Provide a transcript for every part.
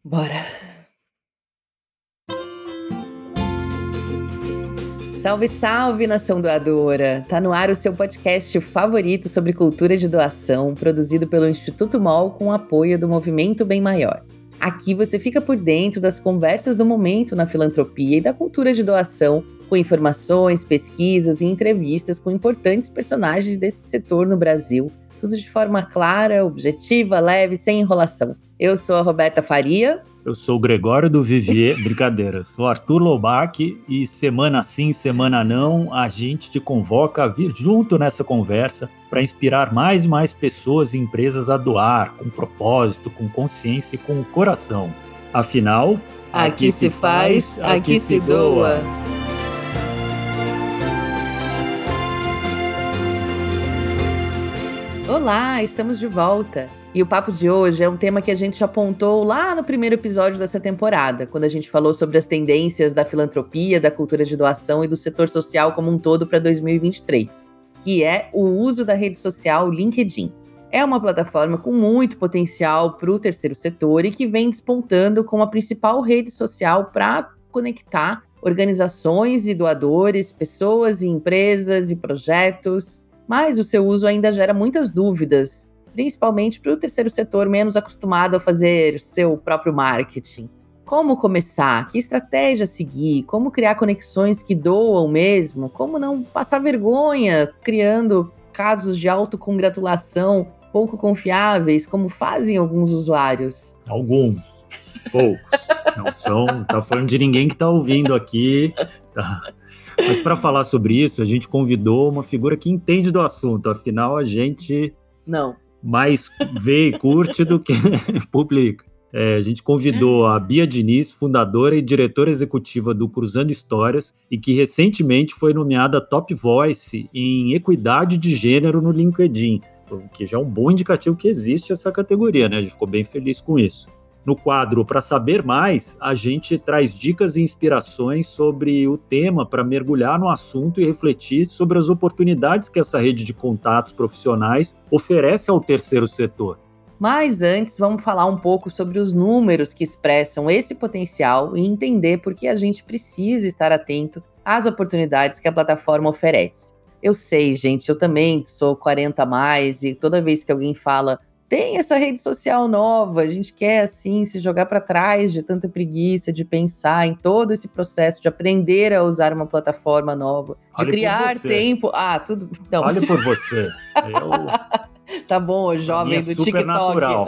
Bora! Salve, salve, nação doadora! Tá no ar o seu podcast favorito sobre cultura de doação, produzido pelo Instituto MOL com o apoio do Movimento Bem Maior. Aqui você fica por dentro das conversas do momento na filantropia e da cultura de doação, com informações, pesquisas e entrevistas com importantes personagens desse setor no Brasil, tudo de forma clara, objetiva, leve, sem enrolação. Eu sou a Roberta Faria. Eu sou o Gregório do Vivier, brincadeira, sou o Arthur Lobac e semana sim, semana não, a gente te convoca a vir junto nessa conversa para inspirar mais e mais pessoas e empresas a doar, com propósito, com consciência e com o coração. Afinal, aqui se faz, aqui se doa. Olá, estamos de volta. E o papo de hoje é um tema que a gente apontou lá no primeiro episódio dessa temporada, quando a gente falou sobre as tendências da filantropia, da cultura de doação e do setor social como um todo para 2023, que é o uso da rede social LinkedIn. É uma plataforma com muito potencial para o terceiro setor e que vem despontando como a principal rede social para conectar organizações e doadores, pessoas e empresas e projetos. Mas o seu uso ainda gera muitas dúvidas, principalmente para o terceiro setor menos acostumado a fazer seu próprio marketing. Como começar? Que estratégia seguir? Como criar conexões que doam mesmo? Como não passar vergonha criando casos de autocongratulação pouco confiáveis, como fazem alguns usuários? Alguns, poucos. Não são, tá falando de ninguém que tá ouvindo aqui, tá? Mas para falar sobre isso, a gente convidou uma figura que entende do assunto, afinal a gente não mais vê e curte do que publica. A gente convidou a Bia Diniz, fundadora e diretora executiva do Cruzando Histórias, e que recentemente foi nomeada Top Voice em equidade de gênero no LinkedIn, o que já é um bom indicativo que existe essa categoria, né? A gente ficou bem feliz com isso. No quadro Para Saber Mais, a gente traz dicas e inspirações sobre o tema para mergulhar no assunto e refletir sobre as oportunidades que essa rede de contatos profissionais oferece ao terceiro setor. Mas antes, vamos falar um pouco sobre os números que expressam esse potencial e entender por que a gente precisa estar atento às oportunidades que a plataforma oferece. Eu sei, gente, eu também sou 40 a mais e toda vez que alguém fala tem essa rede social nova, a gente quer, assim, se jogar para trás de tanta preguiça, de pensar em todo esse processo, de aprender a usar uma plataforma nova, de criar tempo... tudo... Não. Fale por você. Tá bom, jovem do TikTok. Natural.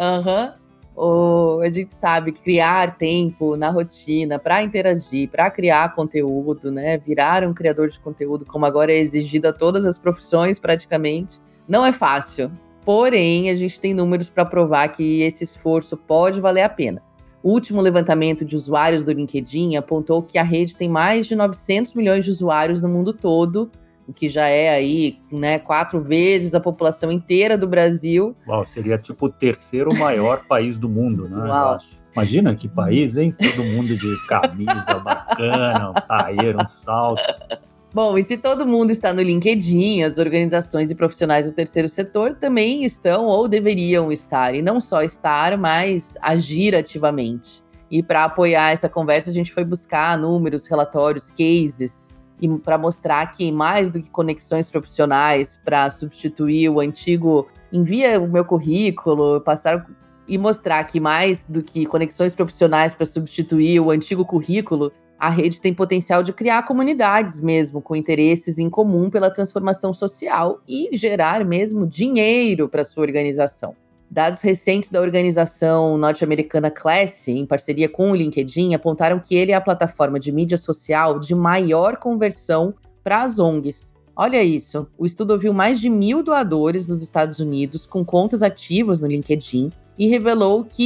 A gente sabe que criar tempo na rotina para interagir, para criar conteúdo, né? Virar um criador de conteúdo, como agora é exigido a todas as profissões praticamente, não é fácil. Porém, a gente tem números para provar que esse esforço pode valer a pena. O último levantamento de usuários do LinkedIn apontou que a rede tem mais de 900 milhões de usuários no mundo todo, o que já é aí, né, 4 vezes a população inteira do Brasil. Uau, seria tipo o terceiro maior país do mundo, né? Uau. Eu acho. Imagina que país, hein? Todo mundo de camisa bacana, um taieiro, um salto. Bom, e se todo mundo está no LinkedIn, as organizações e profissionais do terceiro setor também estão ou deveriam estar. E não só estar, mas agir ativamente. E para apoiar essa conversa, a gente foi buscar números, relatórios, cases, e para mostrar que mais do que conexões profissionais para substituir o antigo envia o meu currículo, e mostrar que mais do que conexões profissionais para substituir o antigo currículo, a rede tem potencial de criar comunidades mesmo, com interesses em comum pela transformação social e gerar mesmo dinheiro para sua organização. Dados recentes da organização norte-americana Classy, em parceria com o LinkedIn, apontaram que ele é a plataforma de mídia social de maior conversão para as ONGs. Olha isso, o estudo ouviu mais de 1.000 doadores nos Estados Unidos com contas ativas no LinkedIn e revelou que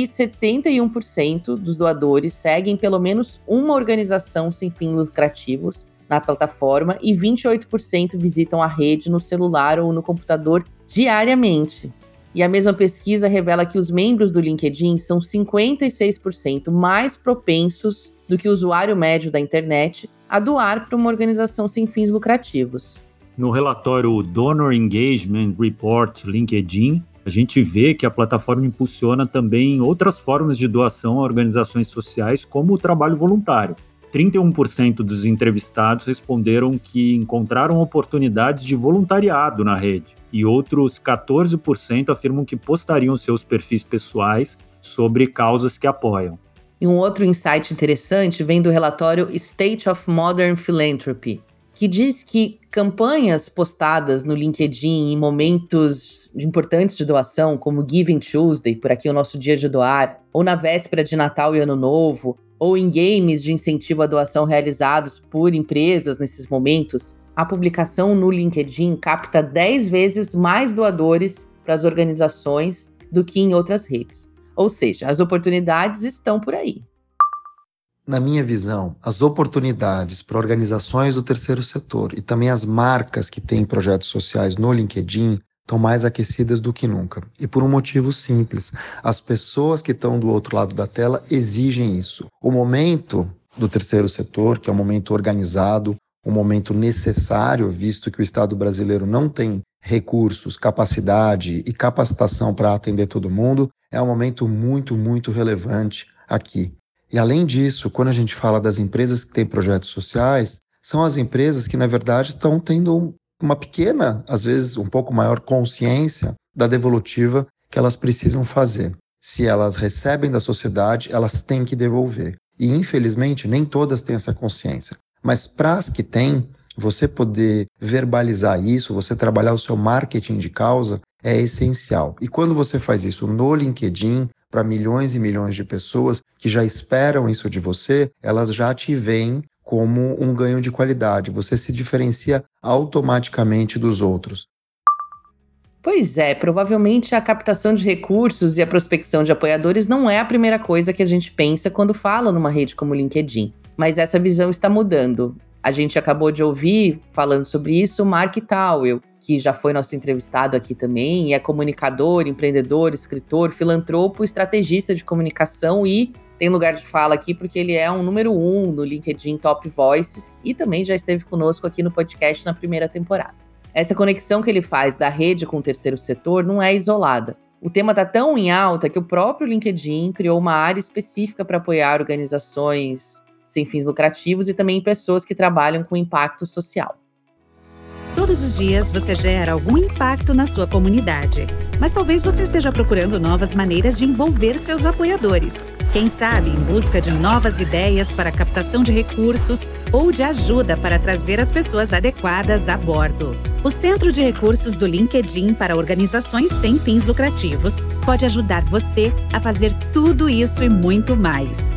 71% dos doadores seguem pelo menos uma organização sem fins lucrativos na plataforma e 28% visitam a rede no celular ou no computador diariamente. E a mesma pesquisa revela que os membros do LinkedIn são 56% mais propensos do que o usuário médio da internet a doar para uma organização sem fins lucrativos. No relatório Donor Engagement Report LinkedIn, A gente vê que a plataforma impulsiona também outras formas de doação a organizações sociais, como o trabalho voluntário. 31% dos entrevistados responderam que encontraram oportunidades de voluntariado na rede, e outros 14% afirmam que postariam seus perfis pessoais sobre causas que apoiam. E um outro insight interessante vem do relatório State of Modern Philanthropy, que diz que campanhas postadas no LinkedIn em momentos importantes de doação, como Giving Tuesday, por aqui o nosso dia de doar, ou na véspera de Natal e Ano Novo, ou em games de incentivo à doação realizados por empresas nesses momentos, a publicação no LinkedIn capta 10 vezes mais doadores para as organizações do que em outras redes. Ou seja, as oportunidades estão por aí. Na minha visão, as oportunidades para organizações do terceiro setor e também as marcas que têm projetos sociais no LinkedIn estão mais aquecidas do que nunca. E por um motivo simples, as pessoas que estão do outro lado da tela exigem isso. O momento do terceiro setor, que é um momento organizado, um momento necessário, visto que o Estado brasileiro não tem recursos, capacidade e capacitação para atender todo mundo, é um momento muito, muito relevante aqui. E além disso, quando a gente fala das empresas que têm projetos sociais, são as empresas que, na verdade, estão tendo uma pequena, às vezes um pouco maior consciência da devolutiva que elas precisam fazer. Se elas recebem da sociedade, elas têm que devolver. E, infelizmente, nem todas têm essa consciência. Mas para as que têm, você poder verbalizar isso, você trabalhar o seu marketing de causa, é essencial. E quando você faz isso no LinkedIn, para milhões e milhões de pessoas que já esperam isso de você, elas já te veem como um ganho de qualidade. Você se diferencia automaticamente dos outros. Pois é, provavelmente a captação de recursos e a prospecção de apoiadores não é a primeira coisa que a gente pensa quando fala numa rede como o LinkedIn. Mas essa visão está mudando. A gente acabou de ouvir, falando sobre isso, o Mark Towell, que já foi nosso entrevistado aqui também, e é comunicador, empreendedor, escritor, filantropo, estrategista de comunicação e tem lugar de fala aqui porque ele é um número 1 no LinkedIn Top Voices e também já esteve conosco aqui no podcast na primeira temporada. Essa conexão que ele faz da rede com o terceiro setor não é isolada. O tema está tão em alta que o próprio LinkedIn criou uma área específica para apoiar organizações sem fins lucrativos e também pessoas que trabalham com impacto social. Todos os dias você gera algum impacto na sua comunidade. Mas talvez você esteja procurando novas maneiras de envolver seus apoiadores. Quem sabe em busca de novas ideias para captação de recursos ou de ajuda para trazer as pessoas adequadas a bordo. O Centro de Recursos do LinkedIn para organizações sem fins lucrativos pode ajudar você a fazer tudo isso e muito mais.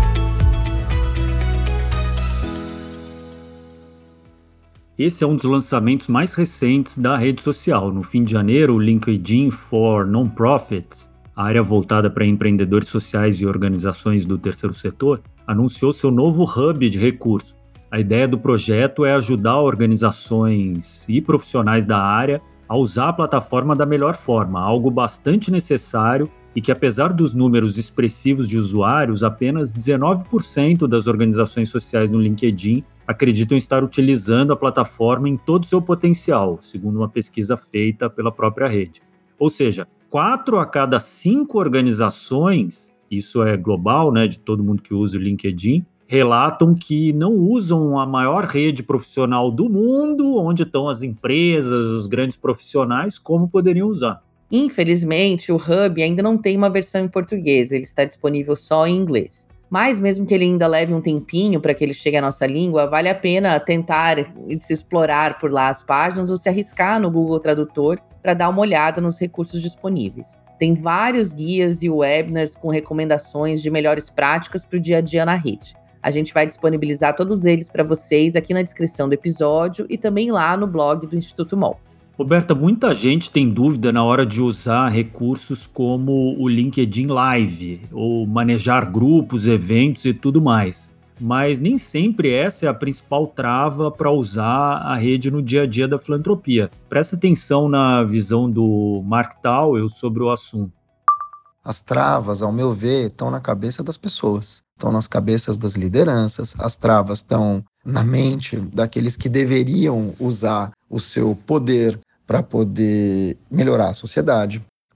Esse é um dos lançamentos mais recentes da rede social. No fim de janeiro, o LinkedIn for Non-Profits, a área voltada para empreendedores sociais e organizações do terceiro setor, anunciou seu novo hub de recursos. A ideia do projeto é ajudar organizações e profissionais da área a usar a plataforma da melhor forma, algo bastante necessário e que, apesar dos números expressivos de usuários, apenas 19% das organizações sociais no LinkedIn acreditam estar utilizando a plataforma em todo o seu potencial, segundo uma pesquisa feita pela própria rede. Ou seja, 4 a cada 5 organizações, isso é global, né, de todo mundo que usa o LinkedIn, relatam que não usam a maior rede profissional do mundo, onde estão as empresas, os grandes profissionais, como poderiam usar. Infelizmente, o Hub ainda não tem uma versão em português, ele está disponível só em inglês. Mas mesmo que ele ainda leve um tempinho para que ele chegue à nossa língua, vale a pena tentar se explorar por lá as páginas ou se arriscar no Google Tradutor para dar uma olhada nos recursos disponíveis. Tem vários guias e webinars com recomendações de melhores práticas para o dia a dia na rede. A gente vai disponibilizar todos eles para vocês aqui na descrição do episódio e também lá no blog do Instituto MOL. Roberta, muita gente tem dúvida na hora de usar recursos como o LinkedIn Live, ou manejar grupos, eventos e tudo mais. Mas nem sempre essa é a principal trava para usar a rede no dia a dia da filantropia. Presta atenção na visão do Mark Towell sobre o assunto. As travas, ao meu ver, estão na cabeça das pessoas, estão nas cabeças das lideranças, as travas estão na mente daqueles que deveriam usar o seu poder para poder melhorar a sociedade,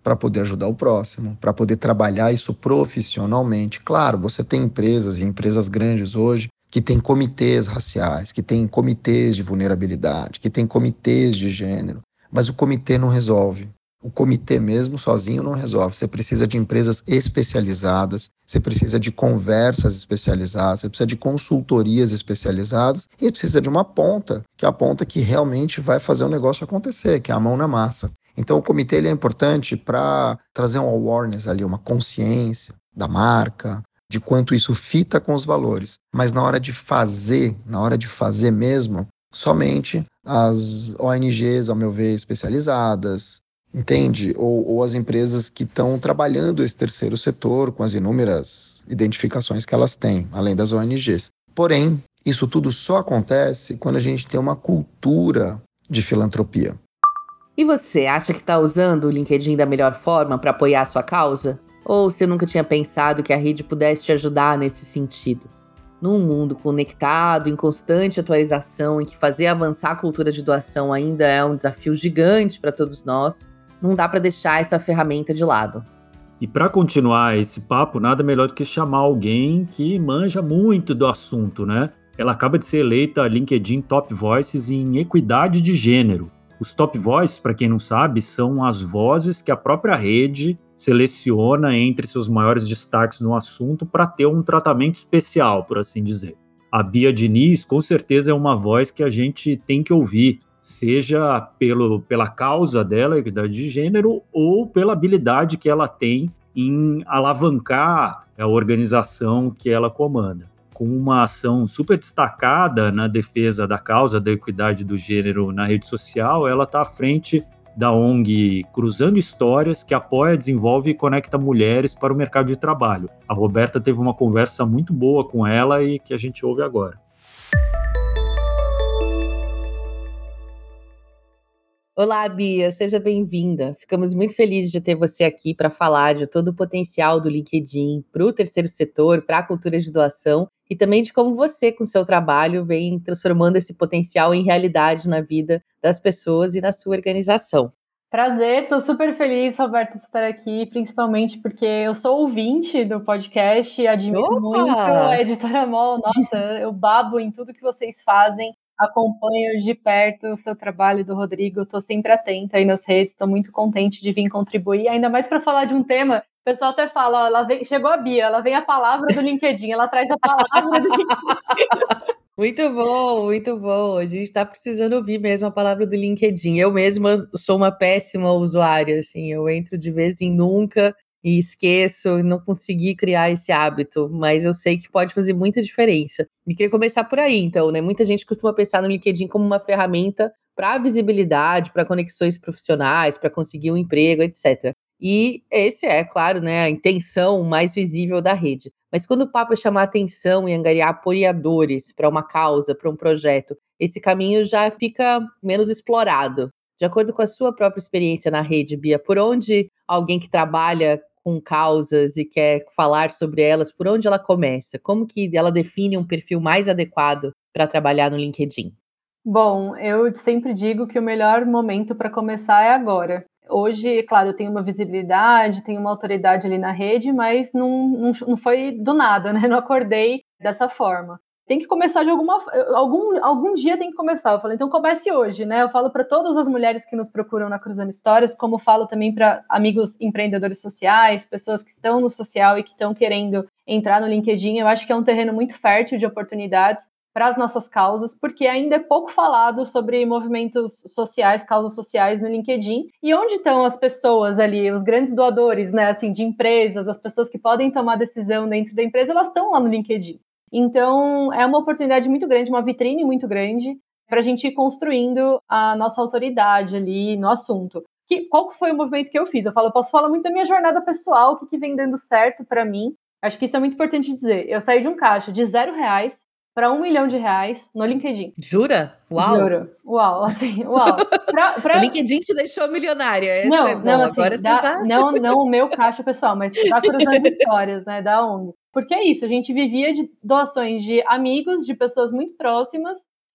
para poder ajudar o próximo, para poder trabalhar isso profissionalmente. Claro, você tem empresas e empresas grandes hoje que têm comitês raciais, que têm comitês de vulnerabilidade, que têm comitês de gênero, mas o comitê não resolve. O comitê mesmo sozinho não resolve. Você precisa de empresas especializadas, você precisa de conversas especializadas, você precisa de consultorias especializadas e precisa de uma ponta, que é a ponta que realmente vai fazer o negócio acontecer, que é a mão na massa. Então o comitê ele é importante para trazer um awareness ali, uma consciência da marca, de quanto isso fita com os valores. Mas na hora de fazer mesmo, somente as ONGs, ao meu ver, especializadas, entende? Ou as empresas que estão trabalhando esse terceiro setor com as inúmeras identificações que elas têm, além das ONGs. Porém, isso tudo só acontece quando a gente tem uma cultura de filantropia. E você, acha que está usando o LinkedIn da melhor forma para apoiar a sua causa? Ou você nunca tinha pensado que a rede pudesse te ajudar nesse sentido? Num mundo conectado, em constante atualização, em que fazer avançar a cultura de doação ainda é um desafio gigante para todos nós, não dá para deixar essa ferramenta de lado. E para continuar esse papo, nada melhor do que chamar alguém que manja muito do assunto, né? Ela acaba de ser eleita LinkedIn Top Voices em equidade de gênero. Os Top Voices, para quem não sabe, são as vozes que a própria rede seleciona entre seus maiores destaques no assunto para ter um tratamento especial, por assim dizer. A Bia Diniz, com certeza, é uma voz que a gente tem que ouvir, seja pela causa dela, a equidade de gênero, ou pela habilidade que ela tem em alavancar a organização que ela comanda. Com uma ação super destacada na defesa da causa da equidade do gênero na rede social, ela está à frente da ONG Cruzando Histórias, que apoia, desenvolve e conecta mulheres para o mercado de trabalho. A Roberta teve uma conversa muito boa com ela e que a gente ouve agora. Olá, Bia, seja bem-vinda. Ficamos muito felizes de ter você aqui para falar de todo o potencial do LinkedIn para o terceiro setor, para a cultura de doação e também de como você, com seu trabalho, vem transformando esse potencial em realidade na vida das pessoas e na sua organização. Prazer, estou super feliz, Roberta, de estar aqui, principalmente porque eu sou ouvinte do podcast e admiro muito a Editora MOL. Nossa, eu babo em tudo que vocês fazem. Acompanho de perto o seu trabalho do Rodrigo, estou sempre atenta aí nas redes, estou muito contente de vir contribuir, ainda mais para falar de um tema. O pessoal até fala, ó, chegou a Bia, ela vem a palavra do LinkedIn, ela traz a palavra do LinkedIn. Muito bom, muito bom. A gente está precisando ouvir mesmo a palavra do LinkedIn. Eu mesma sou uma péssima usuária, assim, eu entro de vez em nunca e esqueço e não consegui criar esse hábito, mas eu sei que pode fazer muita diferença. E queria começar por aí, então, né? Muita gente costuma pensar no LinkedIn como uma ferramenta para visibilidade, para conexões profissionais, para conseguir um emprego, etc. E esse é, claro, né, a intenção mais visível da rede. Mas quando o papo é chamar atenção e angariar apoiadores para uma causa, para um projeto, esse caminho já fica menos explorado. De acordo com a sua própria experiência na rede, Bia, por onde alguém que trabalha com causas e quer falar sobre elas, por onde ela começa? Como que ela define um perfil mais adequado para trabalhar no LinkedIn? Bom, eu sempre digo que o melhor momento para começar é agora. Hoje, claro, eu tenho uma visibilidade, tenho uma autoridade ali na rede, mas não foi do nada, né? Não acordei dessa forma. Tem que começar de algum dia tem que começar. Eu falo, então comece hoje, né? Eu falo para todas as mulheres que nos procuram na Cruzando Histórias, como falo também para amigos empreendedores sociais, pessoas que estão no social e que estão querendo entrar no LinkedIn. Eu acho que é um terreno muito fértil de oportunidades para as nossas causas, porque ainda é pouco falado sobre movimentos sociais, causas sociais no LinkedIn. E onde estão as pessoas ali, os grandes doadores, né, assim, de empresas, as pessoas que podem tomar decisão dentro da empresa, elas estão lá no LinkedIn. Então, é uma oportunidade muito grande, uma vitrine muito grande para a gente ir construindo a nossa autoridade ali no assunto. Qual foi o movimento que eu fiz? Eu posso falar muito da minha jornada pessoal, o que vem dando certo para mim. Acho que isso é muito importante dizer. Eu saí de um caixa de R$0 para R$1 milhão no LinkedIn. Jura? Uau! Juro. Uau, assim, uau. O LinkedIn te deixou milionária. Esse não, é bom. Não, assim, agora você já... Não o meu caixa pessoal, mas da Cruzando Histórias, né, da ONG. Porque é isso, a gente vivia de doações de amigos, de pessoas muito próximas,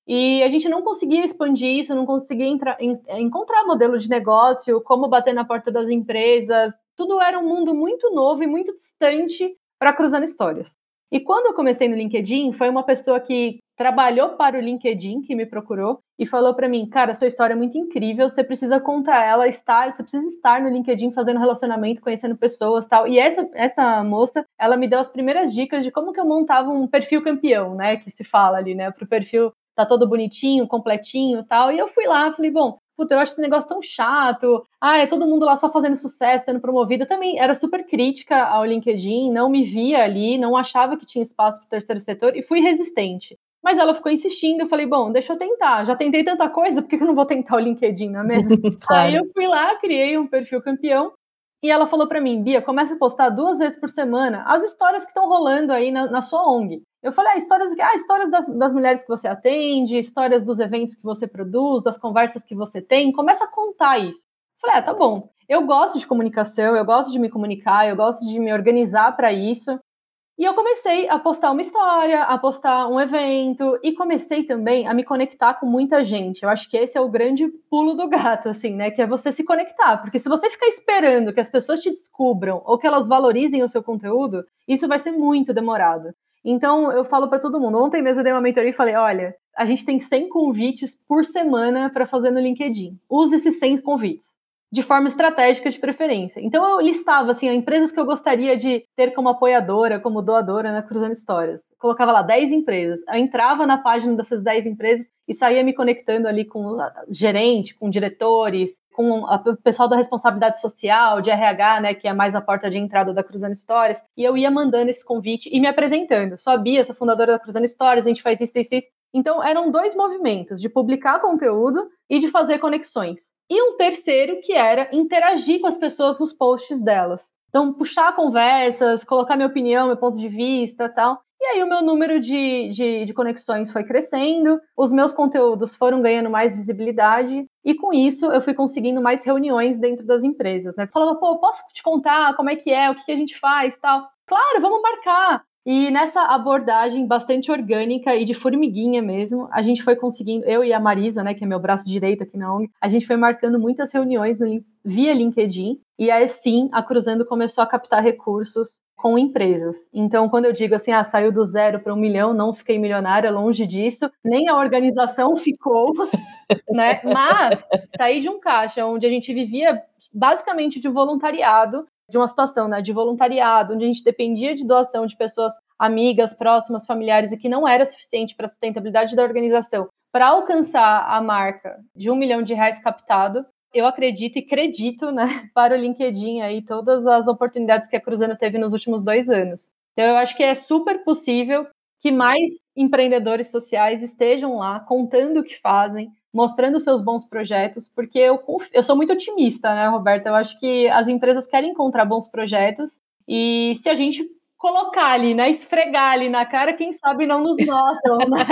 E a gente não conseguia expandir isso, não conseguia encontrar modelo de negócio, como bater na porta das empresas. Tudo era um mundo muito novo e muito distante para Cruzando Histórias. E quando eu comecei no LinkedIn, foi uma pessoa que trabalhou para o LinkedIn que me procurou e falou para mim, cara, sua história é muito incrível, você precisa contar ela, você precisa estar no LinkedIn fazendo relacionamento, conhecendo pessoas e tal. E essa moça, ela me deu as primeiras dicas de como que eu montava um perfil campeão, né, que se fala ali, né, pro perfil tá todo bonitinho, completinho e tal. E eu fui lá, falei, bom, puta, eu acho esse negócio tão chato. É todo mundo lá só fazendo sucesso, sendo promovido. Eu também era super crítica ao LinkedIn, não me via ali, não achava que tinha espaço para o terceiro setor e fui resistente. Mas ela ficou insistindo, eu falei, bom, deixa eu tentar. Já tentei tanta coisa, por que eu não vou tentar o LinkedIn, não é mesmo? Claro. Aí eu fui lá, criei um perfil campeão. E ela falou para mim, Bia, começa a postar 2 vezes por semana as histórias que estão rolando aí na sua ONG. Eu falei, histórias das mulheres que você atende, histórias dos eventos que você produz, das conversas que você tem, começa a contar isso. Eu falei, tá bom, eu gosto de comunicação, eu gosto de me comunicar, eu gosto de me organizar para isso. E eu comecei a postar uma história, a postar um evento, e comecei também a me conectar com muita gente. Eu acho que esse é o grande pulo do gato, assim, né? Que é você se conectar. Porque se você ficar esperando que as pessoas te descubram ou que elas valorizem o seu conteúdo, isso vai ser muito demorado. Então, eu falo para todo mundo. Ontem mesmo eu dei uma mentoria e falei, olha, a gente tem 100 convites por semana para fazer no LinkedIn. Use esses 100 convites de forma estratégica de preferência. Então eu listava assim, empresas que eu gostaria de ter como apoiadora, como doadora na Cruzando Histórias. Colocava lá 10 empresas. Eu entrava na página dessas 10 empresas e saía me conectando ali com gerente, com diretores, com o pessoal da responsabilidade social, de RH, né, que é mais a porta de entrada da Cruzando Histórias. E eu ia mandando esse convite e me apresentando. Sou a Bia, sou fundadora da Cruzando Histórias, a gente faz isso, isso, isso. Então eram 2 movimentos, de publicar conteúdo e de fazer conexões. E um terceiro que era interagir com as pessoas nos posts delas. Então, puxar conversas, colocar minha opinião, meu ponto de vista e tal. E aí o meu número de conexões foi crescendo, os meus conteúdos foram ganhando mais visibilidade, e com isso eu fui conseguindo mais reuniões dentro das empresas, né? Falava, pô, posso te contar como é, o que a gente faz tal? Claro, vamos marcar! E nessa abordagem bastante orgânica e de formiguinha mesmo, a gente foi conseguindo, eu e a Marisa, né, que é meu braço direito aqui na ONG, a gente foi marcando muitas reuniões via LinkedIn, e aí sim, a Cruzando começou a captar recursos com empresas. Então, quando eu digo assim, saiu do 0 para 1 milhão, não fiquei milionária, longe disso, nem a organização ficou, né, mas saí de um caixa onde a gente vivia basicamente de voluntariado, de uma situação, né, de voluntariado, onde a gente dependia de doação de pessoas amigas, próximas, familiares, e que não era suficiente para a sustentabilidade da organização, para alcançar a marca de R$1 milhão captado. Eu acredito e acredito, né, para o LinkedIn aí, todas as oportunidades que a Cruzando teve nos últimos 2 anos. Então, eu acho que é super possível que mais empreendedores sociais estejam lá contando o que fazem, mostrando seus bons projetos, porque eu sou muito otimista, né, Roberta? Eu acho que as empresas querem encontrar bons projetos e se a gente colocar ali, né, esfregar ali na cara, quem sabe não nos notam, né?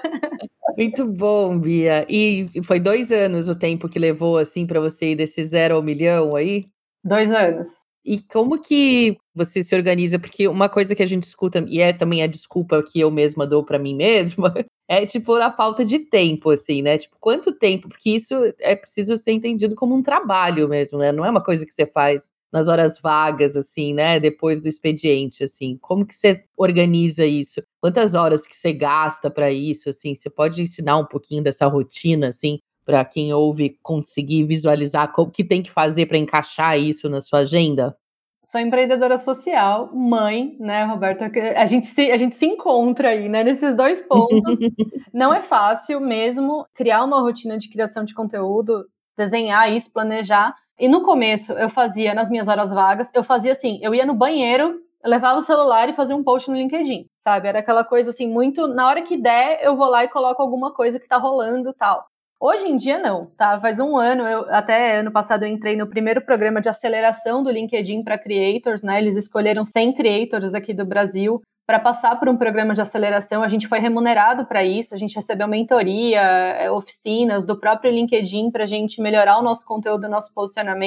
Muito bom, Bia. E foi 2 anos o tempo que levou, assim, para você ir desse 0 ao milhão aí? 2 anos. E como que você se organiza? Porque uma coisa que a gente escuta, e é também a desculpa que eu mesma dou para mim mesma, é tipo a falta de tempo, assim, né? Tipo, quanto tempo? Porque isso é preciso ser entendido como um trabalho mesmo, né? Não é uma coisa que você faz nas horas vagas, assim, né? Depois do expediente, assim. Como que você organiza isso? Quantas horas que você gasta para isso, assim? Você pode ensinar um pouquinho dessa rotina, assim, para quem ouve conseguir visualizar o que tem que fazer para encaixar isso na sua agenda? Sou empreendedora social, mãe, né, Roberta? A gente se encontra aí, né, nesses 2 pontos. Não é fácil mesmo criar uma rotina de criação de conteúdo, desenhar isso, planejar. E no começo eu fazia, nas minhas horas vagas, eu fazia assim, eu ia no banheiro, eu levava o celular e fazia um post no LinkedIn, sabe? Era aquela coisa assim, muito, na hora que der, eu vou lá e coloco alguma coisa que tá rolando e tal. Hoje em dia não, tá? Faz 1 ano, até ano passado eu entrei no primeiro programa de aceleração do LinkedIn para creators, né? Eles escolheram 100 creators aqui do Brasil para passar por um programa de aceleração. A gente foi remunerado para isso, a gente recebeu mentoria, oficinas do próprio LinkedIn para a gente melhorar o nosso conteúdo, o nosso posicionamento.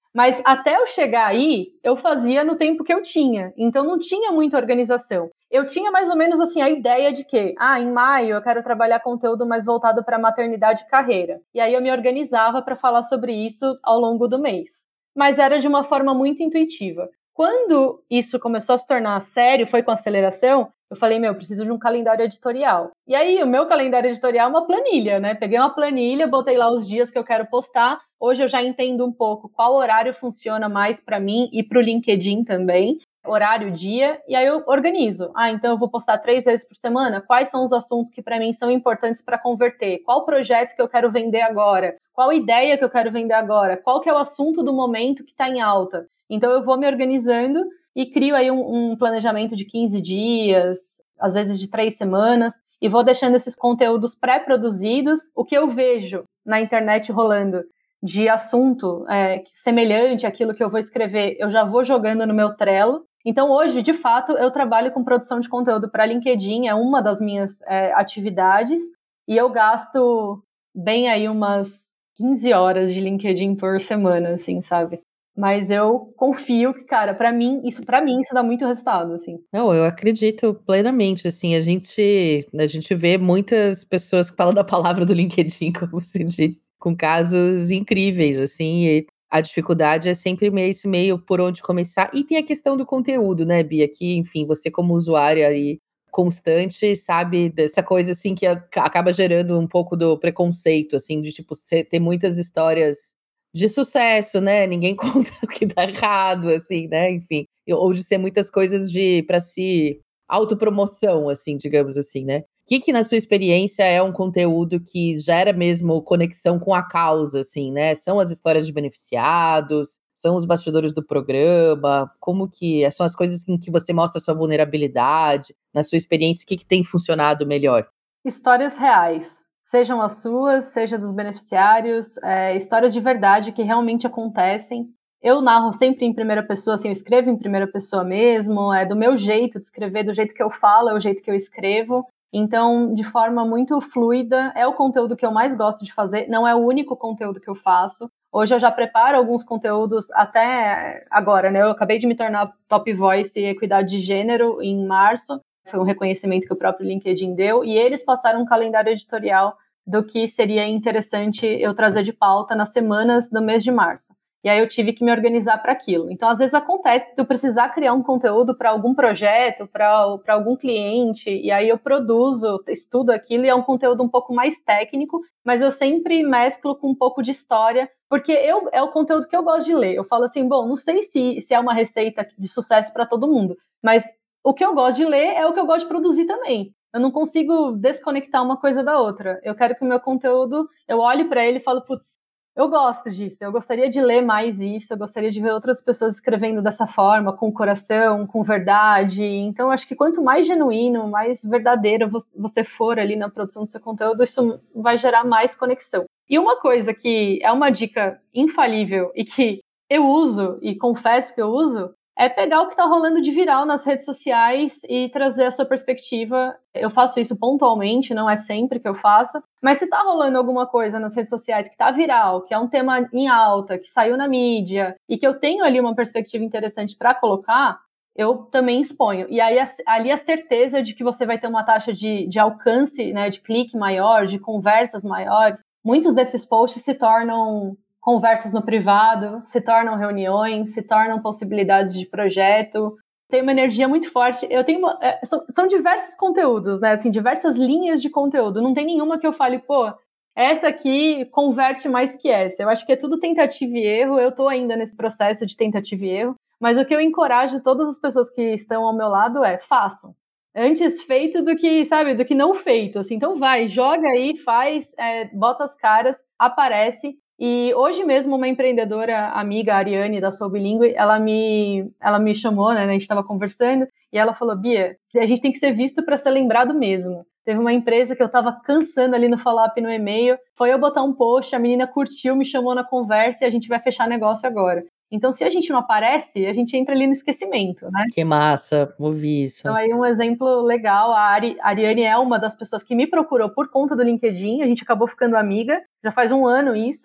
Mas até eu chegar aí, eu fazia no tempo que eu tinha. Então não tinha muita organização. Eu tinha mais ou menos assim a ideia de que, em maio eu quero trabalhar conteúdo mais voltado para maternidade e carreira. E aí eu me organizava para falar sobre isso ao longo do mês. Mas era de uma forma muito intuitiva. Quando isso começou a se tornar sério, foi com aceleração, eu falei, eu preciso de um calendário editorial. E aí, o meu calendário editorial é uma planilha, né? Peguei uma planilha, botei lá os dias que eu quero postar. Hoje eu já entendo um pouco qual horário funciona mais para mim e para o LinkedIn também. Horário, dia, e aí eu organizo. Então eu vou postar 3 vezes por semana? Quais são os assuntos que para mim são importantes para converter? Qual projeto que eu quero vender agora? Qual ideia que eu quero vender agora? Qual que é o assunto do momento que está em alta? Então eu vou me organizando e crio aí um planejamento de 15 dias, às vezes de 3 semanas, e vou deixando esses conteúdos pré-produzidos. O que eu vejo na internet rolando de assunto semelhante àquilo que eu vou escrever, eu já vou jogando no meu Trello. Então hoje, de fato, eu trabalho com produção de conteúdo para LinkedIn, é uma das minhas atividades, e eu gasto bem aí umas 15 horas de LinkedIn por semana, assim, sabe? Mas eu confio que, cara, pra mim isso dá muito resultado, assim. Não, eu acredito plenamente, assim, a gente vê muitas pessoas que falam da palavra do LinkedIn, como você disse, com casos incríveis, assim, e a dificuldade é sempre meio por onde começar. E tem a questão do conteúdo, né, Bia, que, enfim, você como usuária aí constante, sabe, dessa coisa, assim, que acaba gerando um pouco do preconceito, assim, de, tipo, ter muitas histórias de sucesso, né? Ninguém conta o que dá errado, assim, né? Enfim, ou de ser muitas coisas para si autopromoção, assim, digamos assim, né? O que na sua experiência é um conteúdo que gera mesmo conexão com a causa, assim, né? São as histórias de beneficiados, são os bastidores do programa, como que são as coisas em que você mostra a sua vulnerabilidade, na sua experiência, o que tem funcionado melhor? Histórias reais. Sejam as suas, seja dos beneficiários, histórias de verdade que realmente acontecem. Eu narro sempre em primeira pessoa, assim, eu escrevo em primeira pessoa mesmo, é do meu jeito de escrever, do jeito que eu falo, é o jeito que eu escrevo. Então, de forma muito fluida, é o conteúdo que eu mais gosto de fazer, não é o único conteúdo que eu faço. Hoje eu já preparo alguns conteúdos até agora, né? Eu acabei de me tornar Top Voice e Equidade de Gênero em março. Foi um reconhecimento que o próprio LinkedIn deu, e eles passaram um calendário editorial do que seria interessante eu trazer de pauta nas semanas do mês de março. E aí eu tive que me organizar para aquilo. Então, às vezes acontece de eu precisar criar um conteúdo para algum projeto, para algum cliente, e aí eu produzo, estudo aquilo, e é um conteúdo um pouco mais técnico, mas eu sempre mesclo com um pouco de história, porque é o conteúdo que eu gosto de ler. Eu falo assim, não sei se é uma receita de sucesso para todo mundo, mas o que eu gosto de ler é o que eu gosto de produzir também. Eu não consigo desconectar uma coisa da outra. Eu quero que o meu conteúdo, eu olhe para ele e falo, putz, eu gosto disso, eu gostaria de ler mais isso, eu gostaria de ver outras pessoas escrevendo dessa forma, com coração, com verdade. Então, acho que quanto mais genuíno, mais verdadeiro você for ali na produção do seu conteúdo, isso vai gerar mais conexão. E uma coisa que é uma dica infalível e que eu uso, e confesso que eu uso, é pegar o que está rolando de viral nas redes sociais e trazer a sua perspectiva. Eu faço isso pontualmente, não é sempre que eu faço, mas se está rolando alguma coisa nas redes sociais que está viral, que é um tema em alta, que saiu na mídia, e que eu tenho ali uma perspectiva interessante para colocar, eu também exponho. E aí ali a certeza de que você vai ter uma taxa de alcance, né, de clique maior, de conversas maiores. Muitos desses posts se tornam conversas no privado, se tornam reuniões, se tornam possibilidades de projeto. Tem uma energia muito forte. Eu tenho são diversos conteúdos, né? Assim, diversas linhas de conteúdo. Não tem nenhuma que eu fale, essa aqui converte mais que essa. Eu acho que é tudo tentativa e erro. Eu tô ainda nesse processo de tentativa e erro. Mas o que eu encorajo todas as pessoas que estão ao meu lado é, façam. Antes feito do que, sabe, do que não feito. Assim, então vai, joga aí, faz, bota as caras, aparece. E hoje mesmo uma empreendedora amiga, a Ariane, da Sou Bilingue, ela me chamou, né, a gente estava conversando, e ela falou, Bia, a gente tem que ser visto para ser lembrado mesmo. Teve uma empresa que eu estava cansando ali no follow-up no e-mail, foi eu botar um post, a menina curtiu, me chamou na conversa e a gente vai fechar negócio agora. Então, se a gente não aparece, a gente entra ali no esquecimento, né? Que massa, ouvi isso. Então, aí um exemplo legal, a Ariane é uma das pessoas que me procurou por conta do LinkedIn, a gente acabou ficando amiga, já faz um ano isso,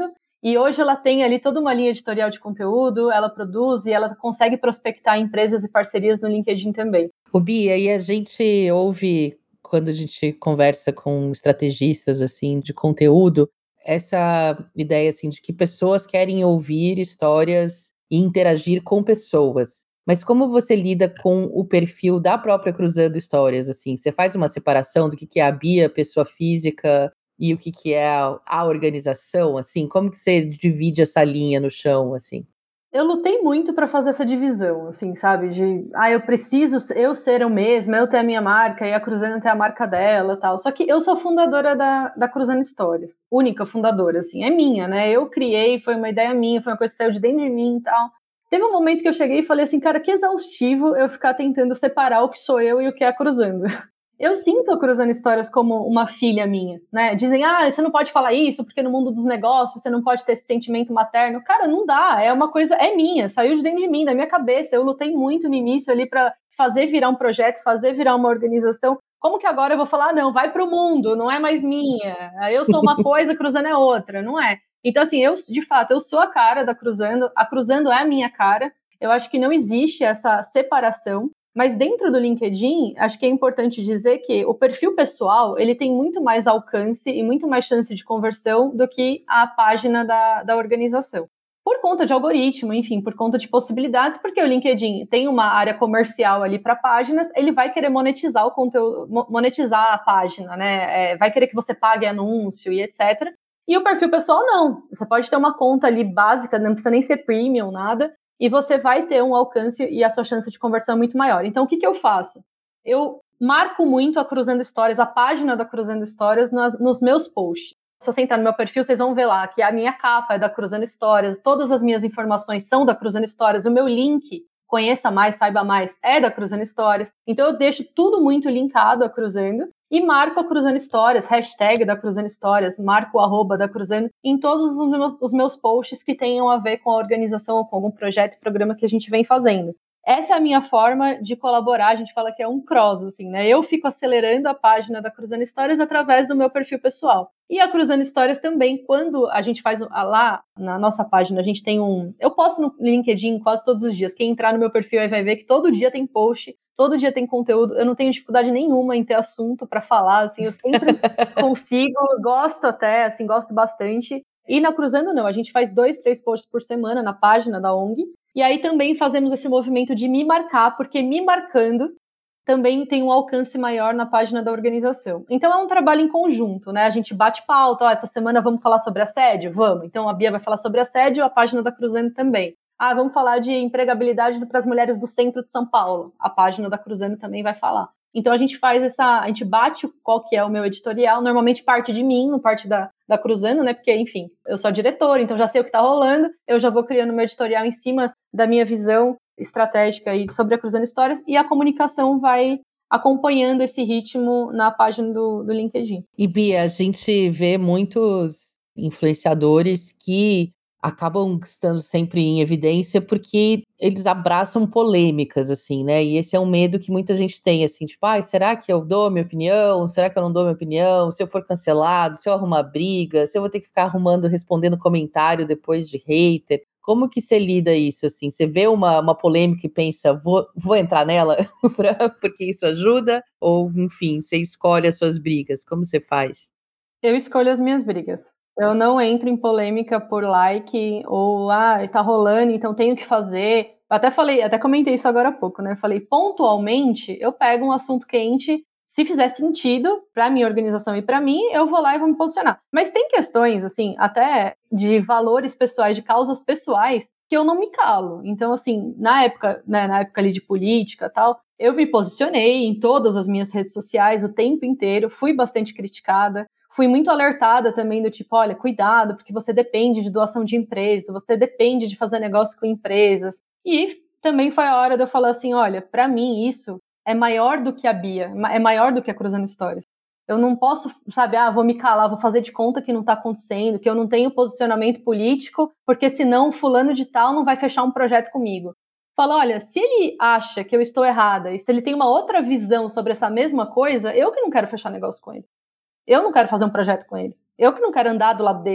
E hoje ela tem ali toda uma linha editorial de conteúdo, ela produz e ela consegue prospectar empresas e parcerias no LinkedIn também. Ô, Bia, e a gente ouve, quando a gente conversa com estrategistas, assim, de conteúdo, essa ideia, assim, de que pessoas querem ouvir histórias e interagir com pessoas. Mas como você lida com o perfil da própria Cruzando Histórias, assim? Você faz uma separação do que é a Bia, pessoa física, e o que é a organização, assim? Como que você divide essa linha no chão, assim? Eu lutei muito para fazer essa divisão, assim, sabe? Eu preciso eu ser eu mesma, eu ter a minha marca e a Cruzando ter a marca dela, tal. Só que eu sou fundadora da Cruzando Histórias, única fundadora, assim, é minha, né? Eu criei, foi uma ideia minha, foi uma coisa que saiu de dentro de mim e tal. Teve um momento que eu cheguei e falei assim, cara, que exaustivo eu ficar tentando separar o que sou eu e o que é a Cruzando. Eu sinto a Cruzando Histórias como uma filha minha, né? Dizem, você não pode falar isso, porque no mundo dos negócios você não pode ter esse sentimento materno. Cara, não dá, é uma coisa, é minha, saiu de dentro de mim, da minha cabeça. Eu lutei muito no início ali para fazer virar um projeto, fazer virar uma organização. Como que agora eu vou falar, não, vai pro mundo, não é mais minha. Eu sou uma coisa, Cruzando é outra, não é? Então, assim, de fato, eu sou a cara da Cruzando, a Cruzando é a minha cara. Eu acho que não existe essa separação. Mas dentro do LinkedIn, acho que é importante dizer que o perfil pessoal, ele tem muito mais alcance e muito mais chance de conversão do que a página da organização. Por conta de algoritmo, enfim, por conta de possibilidades, porque o LinkedIn tem uma área comercial ali para páginas, ele vai querer monetizar o conteúdo, monetizar a página, né? Vai querer que você pague anúncio e etc. E o perfil pessoal, não. Você pode ter uma conta ali básica, não precisa nem ser premium, nada, e você vai ter um alcance e a sua chance de conversão é muito maior. Então, o que eu faço? Eu marco muito a Cruzando Histórias, a página da Cruzando Histórias nos meus posts. Se você entrar no meu perfil, vocês vão ver lá que a minha capa é da Cruzando Histórias, todas as minhas informações são da Cruzando Histórias, o meu link, conheça mais, saiba mais, é da Cruzando Histórias. Então, eu deixo tudo muito linkado a Cruzando e marco a Cruzando Histórias, hashtag da Cruzando Histórias, marco o @ da Cruzando em todos os meus posts que tenham a ver com a organização ou com algum projeto e programa que a gente vem fazendo. Essa é a minha forma de colaborar, a gente fala que é um cross, assim, né? Eu fico acelerando a página da Cruzando Histórias através do meu perfil pessoal. E a Cruzando Histórias também, quando a gente faz lá na nossa página, a gente tem eu posto no LinkedIn quase todos os dias. Quem entrar no meu perfil aí vai ver que todo dia tem post, todo dia tem conteúdo. Eu não tenho dificuldade nenhuma em ter assunto para falar, assim, eu sempre consigo, gosto até, assim, gosto bastante. E na Cruzando não, a gente faz 2, 3 posts por semana na página da ONG. E aí também fazemos esse movimento de me marcar, porque me marcando também tem um alcance maior na página da organização. Então é um trabalho em conjunto, né? A gente bate pauta, essa semana vamos falar sobre assédio? Vamos. Então a Bia vai falar sobre assédio, a página da Cruzando também. Vamos falar de empregabilidade para as mulheres do centro de São Paulo. A página da Cruzando também vai falar. Então a gente faz a gente bate qual que é o meu editorial, normalmente parte de mim, não parte da Cruzando, né? Porque, enfim, eu sou a diretora, então já sei o que tá rolando, eu já vou criando meu editorial em cima da minha visão estratégica aí sobre a Cruzando Histórias, e a comunicação vai acompanhando esse ritmo na página do LinkedIn. E Bia, a gente vê muitos influenciadores que acabam estando sempre em evidência porque eles abraçam polêmicas, assim, né? E esse é um medo que muita gente tem, assim, tipo, será que eu dou minha opinião? Será que eu não dou minha opinião? Se eu for cancelado, se eu arrumar briga, se eu vou ter que ficar respondendo comentário depois de hater. Como que você lida isso, assim? Você vê uma polêmica e pensa, vou entrar nela porque isso ajuda? Ou, enfim, você escolhe as suas brigas? Como você faz? Eu escolho as minhas brigas. Eu não entro em polêmica por like ou, tá rolando, então tenho que fazer. Até comentei isso agora há pouco, né? Falei, pontualmente, eu pego um assunto quente, se fizer sentido para minha organização e para mim, eu vou lá e vou me posicionar. Mas tem questões, assim, até de valores pessoais, de causas pessoais, que eu não me calo. Então, assim, na época ali de política e tal, eu me posicionei em todas as minhas redes sociais o tempo inteiro, fui bastante criticada. Fui muito alertada também do tipo, olha, cuidado, porque você depende de doação de empresa, você depende de fazer negócio com empresas. E também foi a hora de eu falar assim, olha, para mim isso é maior do que a Bia, é maior do que a Cruzando Histórias. Eu não posso, sabe, vou me calar, vou fazer de conta que não tá acontecendo, que eu não tenho posicionamento político, porque senão fulano de tal não vai fechar um projeto comigo. Fala, olha, se ele acha que eu estou errada e se ele tem uma outra visão sobre essa mesma coisa, eu que não quero fechar negócio com ele. Eu não quero fazer um projeto com ele. Eu que não quero andar do lado dele.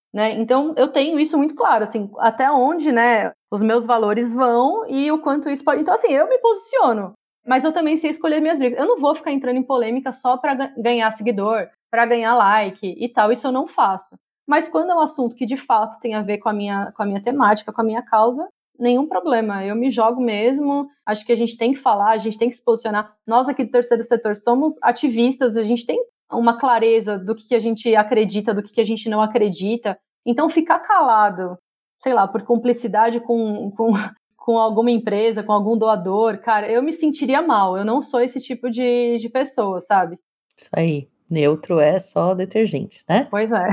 né? Então, eu tenho isso muito claro, assim, até onde, né, os meus valores vão e o quanto isso pode... Então, assim, eu me posiciono, mas eu também sei escolher minhas brigas. Eu não vou ficar entrando em polêmica só para ganhar seguidor, para ganhar like e tal, isso eu não faço. Mas quando é um assunto que, de fato, tem a ver com a minha temática, com a minha causa, nenhum problema, eu me jogo mesmo, acho que a gente tem que falar, a gente tem que se posicionar. Nós aqui do terceiro setor somos ativistas, a gente tem uma clareza do que a gente acredita, do que a gente não acredita. Então, ficar calado, sei lá, por cumplicidade com alguma empresa, com algum doador, cara, eu me sentiria mal. Eu não sou esse tipo de pessoa, sabe? Isso aí. Neutro é só detergente, né? Pois é.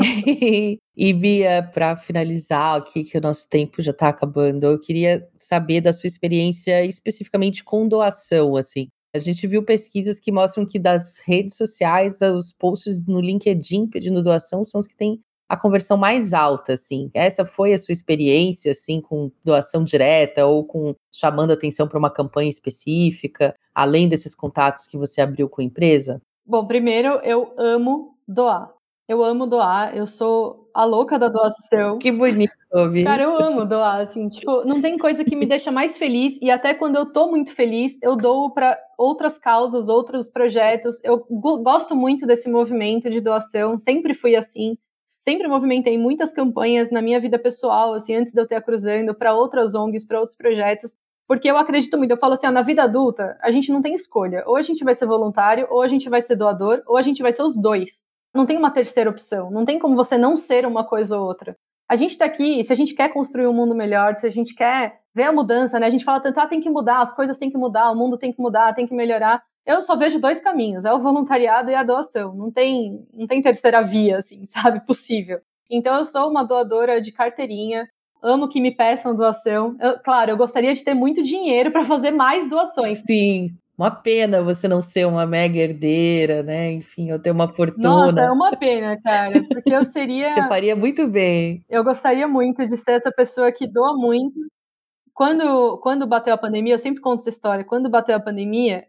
E Bia, para finalizar aqui, que o nosso tempo já está acabando, eu queria saber da sua experiência especificamente com doação, assim. A gente viu pesquisas que mostram que das redes sociais, os posts no LinkedIn pedindo doação são os que têm a conversão mais alta, assim. Essa foi a sua experiência, assim, com doação direta ou com chamando atenção para uma campanha específica, além desses contatos que você abriu com a empresa? Bom, primeiro, eu amo doar. Eu amo doar, eu sou a louca da doação. Que bonito ouvir Cara, isso. eu amo doar, assim, tipo, não tem coisa que me deixa mais feliz, e até quando eu tô muito feliz, eu dou para outras causas, outros projetos. Eu gosto muito desse movimento de doação, sempre fui assim. Sempre movimentei muitas campanhas na minha vida pessoal, assim, antes de eu ter a Cruzando, para outras ONGs, para outros projetos, porque eu acredito muito. Eu falo assim, na vida adulta, a gente não tem escolha. Ou a gente vai ser voluntário, ou a gente vai ser doador, ou a gente vai ser os dois. Não tem uma terceira opção. Não tem como você não ser uma coisa ou outra. A gente tá aqui, se a gente quer construir um mundo melhor, se a gente quer ver a mudança, né? A gente fala tanto, tem que mudar, as coisas têm que mudar, o mundo tem que mudar, tem que melhorar. Eu só vejo 2 caminhos, é o voluntariado e a doação. Não tem terceira via, assim, sabe, possível. Então eu sou uma doadora de carteirinha, amo que me peçam doação. Claro, eu gostaria de ter muito dinheiro para fazer mais doações. Sim, uma pena você não ser uma mega herdeira, né? Enfim, ou ter uma fortuna. Nossa, é uma pena, cara, porque eu seria... Você faria muito bem. Eu gostaria muito de ser essa pessoa que doa muito. Quando bateu a pandemia, eu sempre conto essa história. Quando bateu a pandemia,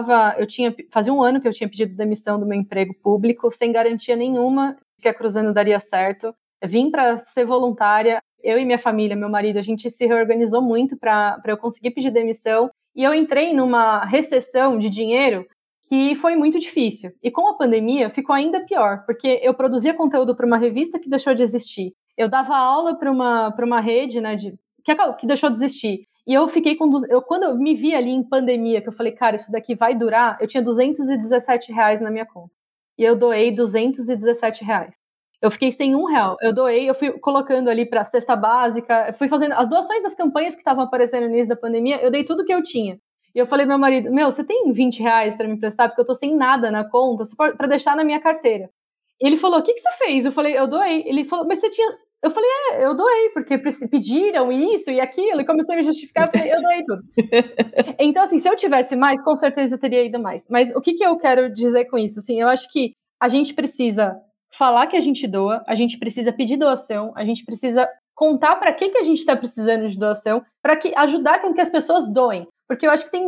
fazia 1 ano que eu tinha pedido demissão do meu emprego público, sem garantia nenhuma de que a Cruzando daria certo. Eu vim para ser voluntária, eu e minha família, meu marido, a gente se reorganizou muito para eu conseguir pedir demissão. E eu entrei numa recessão de dinheiro que foi muito difícil. E com a pandemia ficou ainda pior, porque eu produzia conteúdo para uma revista que deixou de existir. Eu dava aula para uma rede, né, que deixou de existir. E eu fiquei com... quando eu me vi ali em pandemia, que eu falei, cara, isso daqui vai durar, eu tinha R$217 na minha conta. E eu doei R$217. Eu fiquei sem R$1. Eu doei, eu fui colocando ali para cesta básica, fui fazendo as doações das campanhas que estavam aparecendo no início da pandemia, eu dei tudo que eu tinha. E eu falei pro meu marido, você tem R$20 para me emprestar? Porque eu tô sem nada na conta, para deixar na minha carteira. E ele falou, o que você fez? Eu falei, eu doei. Ele falou, mas você tinha... Eu falei, eu doei, porque pediram isso e aquilo, e começou a me justificar, eu falei, eu doei tudo. Então, assim, se eu tivesse mais, com certeza eu teria ido mais. Mas o que eu quero dizer com isso? Assim, eu acho que a gente precisa falar que a gente doa, a gente precisa pedir doação, a gente precisa contar para que a gente está precisando de doação, para ajudar com que as pessoas doem. Porque eu acho que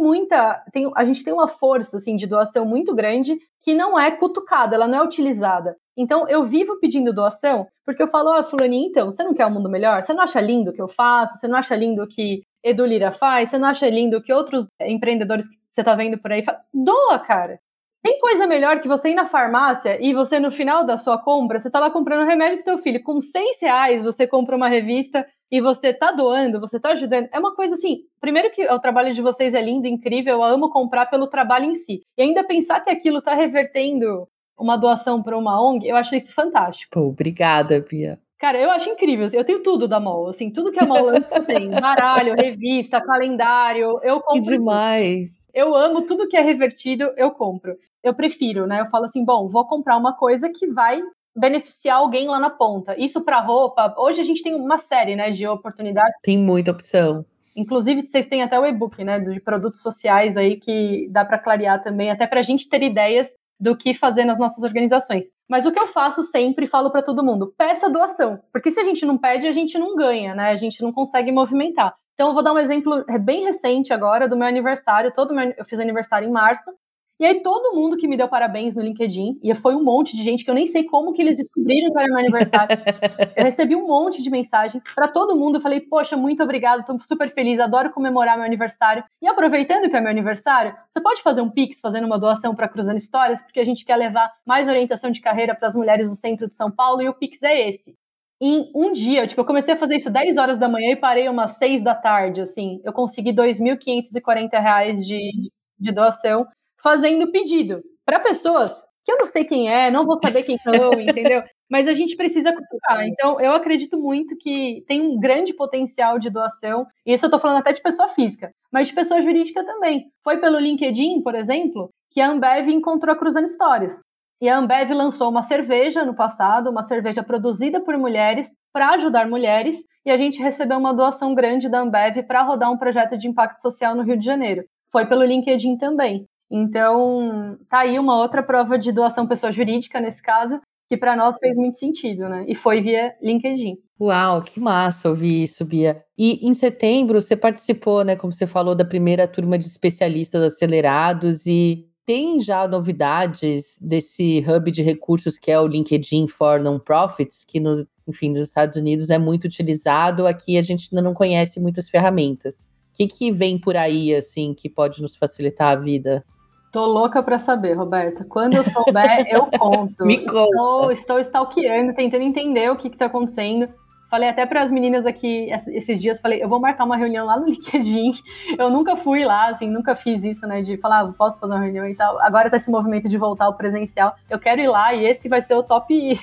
a gente tem uma força, assim, de doação muito grande que não é cutucada, ela não é utilizada. Então, eu vivo pedindo doação, porque eu falo, fulaninha, então, você não quer um mundo melhor? Você não acha lindo o que eu faço? Você não acha lindo o que Edu Lira faz? Você não acha lindo o que outros empreendedores que você tá vendo por aí fazem? Doa, cara! Tem coisa melhor que você ir na farmácia e você, no final da sua compra, você tá lá comprando remédio pro teu filho. Com R$6, você compra uma revista e você tá doando, você tá ajudando. É uma coisa assim, primeiro que o trabalho de vocês é lindo, incrível, eu amo comprar pelo trabalho em si. E ainda pensar que aquilo tá revertendo uma doação para uma ONG, eu acho isso fantástico. Pô, obrigada, Bia. Cara, eu acho incrível. Eu tenho tudo da MOL, assim, tudo que a MOL lança eu tenho. Baralho, revista, calendário, eu compro. Que demais! Tudo. Eu amo tudo que é revertido, eu compro. Eu prefiro, né? Eu falo assim, vou comprar uma coisa que vai beneficiar alguém lá na ponta. Isso para roupa. Hoje a gente tem uma série, né, de oportunidades. Tem muita opção. Inclusive, vocês têm até o e-book, né, de produtos sociais aí que dá para clarear também, até pra gente ter ideias do que fazer nas nossas organizações. Mas o que eu faço sempre, falo para todo mundo, peça doação. Porque se a gente não pede, a gente não ganha, né? A gente não consegue movimentar. Então eu vou dar um exemplo bem recente agora do meu aniversário. Eu fiz aniversário em março. E aí todo mundo que me deu parabéns no LinkedIn, e foi um monte de gente que eu nem sei como que eles descobriram que era meu aniversário. Eu recebi um monte de mensagem para todo mundo. Eu falei, poxa, muito obrigado, tô super feliz, adoro comemorar meu aniversário. E aproveitando que é meu aniversário, você pode fazer um Pix fazendo uma doação para Cruzando Histórias, porque a gente quer levar mais orientação de carreira para as mulheres do centro de São Paulo, e o Pix é esse. Em um dia, eu comecei a fazer isso 10 horas da manhã e parei umas 6 da tarde, assim. Eu consegui R$ 2.540 de doação fazendo pedido para pessoas que eu não sei quem é, não vou saber quem são, entendeu? Mas a gente precisa culturar. Então, eu acredito muito que tem um grande potencial de doação. E isso eu tô falando até de pessoa física, mas de pessoa jurídica também. Foi pelo LinkedIn, por exemplo, que a Ambev encontrou a Cruzando Histórias. E a Ambev lançou uma cerveja no passado, uma cerveja produzida por mulheres, para ajudar mulheres, e a gente recebeu uma doação grande da Ambev para rodar um projeto de impacto social no Rio de Janeiro. Foi pelo LinkedIn também. Então, tá aí uma outra prova de doação pessoa jurídica, nesse caso, que para nós fez muito sentido, né? E foi via LinkedIn. Uau, que massa ouvir isso, Bia. E em setembro, você participou, né, como você falou, da primeira turma de especialistas acelerados, e tem já novidades desse hub de recursos que é o LinkedIn for Non-Profits, que nos Estados Unidos é muito utilizado. Aqui a gente ainda não conhece muitas ferramentas. O que vem por aí, assim, que pode nos facilitar a vida? Tô louca pra saber, Roberta. Quando eu souber, eu conto. Me conta. Estou stalkeando, tentando entender o que tá acontecendo. Falei até para as meninas aqui esses dias, falei, eu vou marcar uma reunião lá no LinkedIn. Eu nunca fui lá, assim, nunca fiz isso, né, de falar, posso fazer uma reunião e tal. Agora tá esse movimento de voltar ao presencial. Eu quero ir lá e esse vai ser o top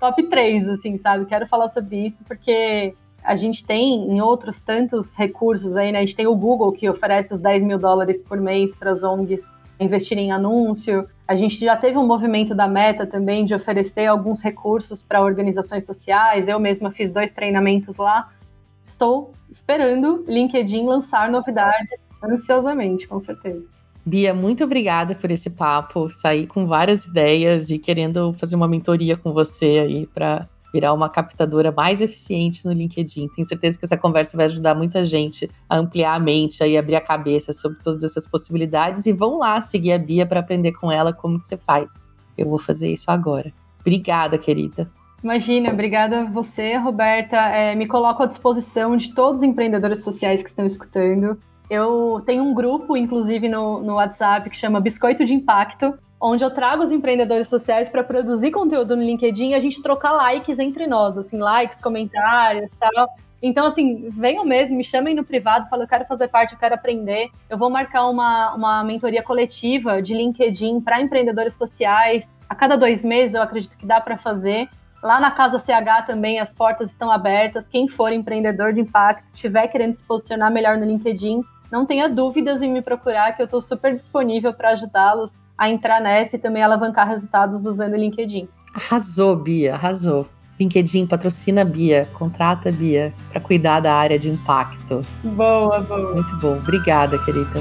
3, assim, sabe? Quero falar sobre isso porque a gente tem em outros tantos recursos aí, né? A gente tem o Google, que oferece os $10 mil por mês para as ONGs investirem em anúncio. A gente já teve um movimento da Meta também de oferecer alguns recursos para organizações sociais. Eu mesma fiz 2 treinamentos lá. Estou esperando LinkedIn lançar novidades ansiosamente, com certeza. Bia, muito obrigada por esse papo. Saí com várias ideias e querendo fazer uma mentoria com você aí para virar uma captadora mais eficiente no LinkedIn. Tenho certeza que essa conversa vai ajudar muita gente a ampliar a mente e abrir a cabeça sobre todas essas possibilidades. E vão lá seguir a Bia para aprender com ela como que você faz. Eu vou fazer isso agora. Obrigada, querida. Imagina, obrigada a você, Roberta. Me coloco à disposição de todos os empreendedores sociais que estão escutando. Eu tenho um grupo, inclusive, no WhatsApp, que chama Biscoito de Impacto, onde eu trago os empreendedores sociais para produzir conteúdo no LinkedIn e a gente trocar likes entre nós, assim, likes, comentários e tal. Então, assim, venham mesmo, me chamem no privado, falem, eu quero fazer parte, eu quero aprender. Eu vou marcar uma mentoria coletiva de LinkedIn para empreendedores sociais. A cada 2 meses, eu acredito que dá para fazer. Lá na Casa CH também as portas estão abertas. Quem for empreendedor de impacto, estiver querendo se posicionar melhor no LinkedIn, não tenha dúvidas em me procurar, que eu estou super disponível para ajudá-los a entrar nessa e também alavancar resultados usando o LinkedIn. Arrasou, Bia, arrasou. LinkedIn patrocina a Bia, contrata a Bia para cuidar da área de impacto. Boa, boa. Muito bom. Obrigada, querida.